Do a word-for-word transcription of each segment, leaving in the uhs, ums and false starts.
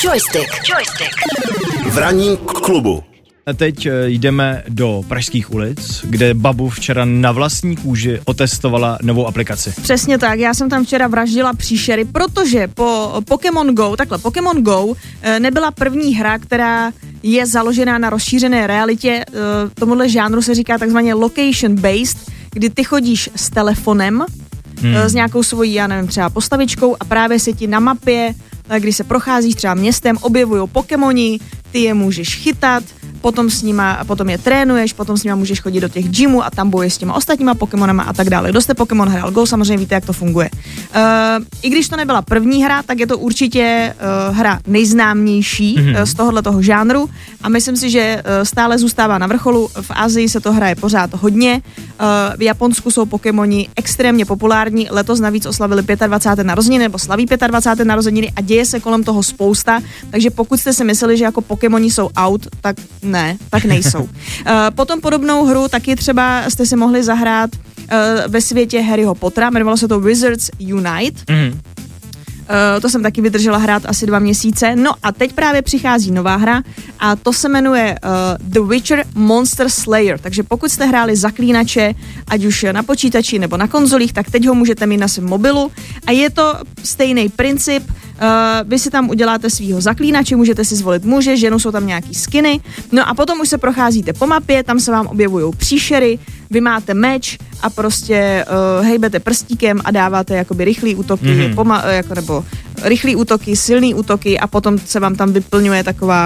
Joystick. Joystick. V ranním klubu. A teď jdeme do pražských ulic, kde babu včera na vlastní kůži otestovala novou aplikaci. Přesně tak, já jsem tam včera vraždila příšery, protože po Pokémon Go, takhle Pokémon Go nebyla první hra, která je založená na rozšířené realitě. Tomuhle žánru se říká takzvaně location based, kdy ty chodíš s telefonem, hmm. s nějakou svojí, já nevím, třeba postavičkou a právě se ti na mapě, když se procházíš třeba městem, objevují Pokémoni, ty je můžeš chytat, potom s nima, potom je trénuješ, potom s nima můžeš chodit do těch gymů a tam bojuješ s těma ostatníma Pokémonama a tak dále. Kdo jste Pokémon hrál Go, samozřejmě víte, jak to funguje. Uh, I když to nebyla první hra, tak je to určitě uh, hra nejznámější mm-hmm. uh, z tohohle toho žánru a myslím si, že uh, stále zůstává na vrcholu. V Asii se to hraje pořád hodně. Uh, v Japonsku jsou Pokémoni extrémně populární. Letos navíc oslavili dvacáté páté narozeniny nebo slaví dvacáté páté narozeniny a děje se kolem toho spousta, takže pokud jste si mysleli, že jako Pokémoni jsou out, tak ne, tak nejsou. Uh, potom podobnou hru taky třeba jste si mohli zahrát uh, ve světě Harryho Pottera, jmenovalo se to Wizards Unite. Mm-hmm. Uh, to jsem taky vydržela hrát asi dva měsíce. No a teď právě přichází nová hra a to se jmenuje uh, The Witcher Monster Slayer. Takže pokud jste hráli Zaklínače, ať už na počítači nebo na konzolích, tak teď ho můžete mít na svém mobilu a je to stejný princip. Uh, vy si tam uděláte svýho zaklínače, můžete si zvolit muže, ženu, jsou tam nějaký skiny, no a potom už se procházíte po mapě, tam se vám objevují příšery, vy máte meč a prostě uh, hejbete prstíkem a dáváte jakoby rychlý útoky, mm-hmm. poma- jako, nebo rychlý útoky, silný útoky a potom se vám tam vyplňuje taková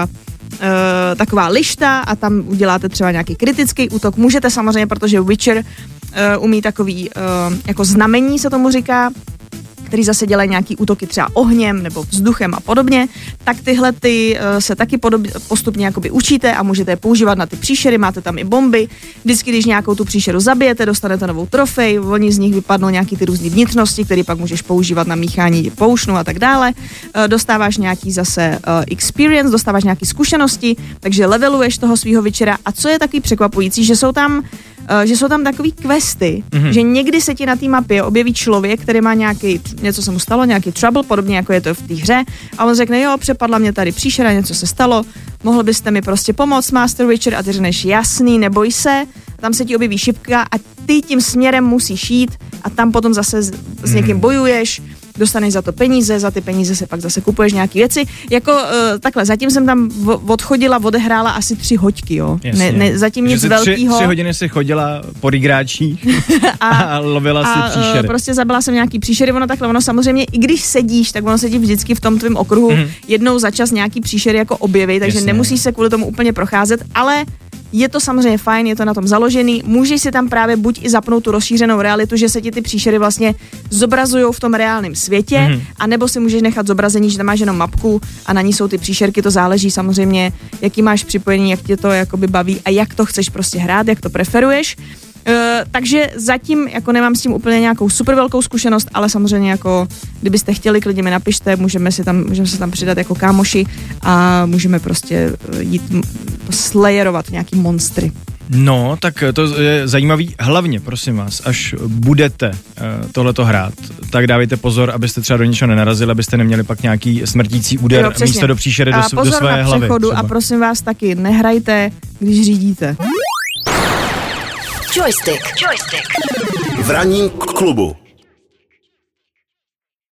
uh, taková lišta a tam uděláte třeba nějaký kritický útok. Můžete samozřejmě, protože Witcher uh, umí takový uh, jako znamení se tomu říká, který zase dělají nějaký útoky třeba ohněm nebo vzduchem a podobně, tak tyhle ty uh, se taky podob, postupně jakoby učíte a můžete je používat na ty příšery, máte tam i bomby. Vždycky, když nějakou tu příšeru zabijete, dostanete novou trofej, oni z nich vypadnou nějaký ty různý vnitřnosti, které pak můžeš používat na míchání poušnů a tak dále. Uh, dostáváš nějaký zase uh, experience, dostáváš nějaký zkušenosti, takže leveluješ toho svýho Witchera a co je takový překvapující, že jsou tam že jsou tam takový questy, mm-hmm. že někdy se ti na té mapě objeví člověk, který má nějaký, něco se mu stalo, nějaký trouble, podobně jako je to v té hře a on řekne, jo, přepadla mě tady příšera, něco se stalo, mohl byste mi prostě pomoct, Master Witcher, a ty řekneš, jasný, neboj se, tam se ti objeví šipka a ty tím směrem musíš jít a tam potom zase s, s někým bojuješ, dostaneš za to peníze, za ty peníze se pak zase kupuješ nějaký věci. Jako uh, takhle, zatím jsem tam v, odchodila, odehrála asi tři hoďky, jo. Ne, ne, zatím nic velkýho. Tři, tři hodiny si chodila po rigráčích a, a lovila a, si příšery. Uh, prostě zabila jsem nějaký příšery, ono takhle, ono samozřejmě, i když sedíš, tak ono se ti vždycky v tom tvém okruhu mm. jednou za čas nějaký příšery jako objeví, takže Jasně. nemusíš se kvůli tomu úplně procházet, ale je to samozřejmě fajn, je to na tom založený, můžeš si tam právě buď i zapnout tu rozšířenou realitu, že se ti ty příšery vlastně zobrazujou v tom reálném světě, mm-hmm. anebo si můžeš nechat zobrazení, že tam máš jenom mapku a na ní jsou ty příšerky, to záleží samozřejmě, jaký máš připojení, jak tě to jakoby baví a jak to chceš prostě hrát, jak to preferuješ. Uh, takže zatím jako nemám s tím úplně nějakou super velkou zkušenost, ale samozřejmě jako kdybyste chtěli, klidně mi napište, můžeme si tam, můžeme se tam přidat jako kámoši a můžeme prostě jít slayerovat nějaký monstry. No, tak to je zajímavý. Hlavně, prosím vás, až budete uh, tohleto hrát, tak dávejte pozor, abyste třeba do něčeho nenarazili, abyste neměli pak nějaký smrtící úder jo, místo do příšery do, do své hlavy. A pozor na a prosím vás taky, nehrajte, když řídíte. Joystick. Joystick. V ranním klubu.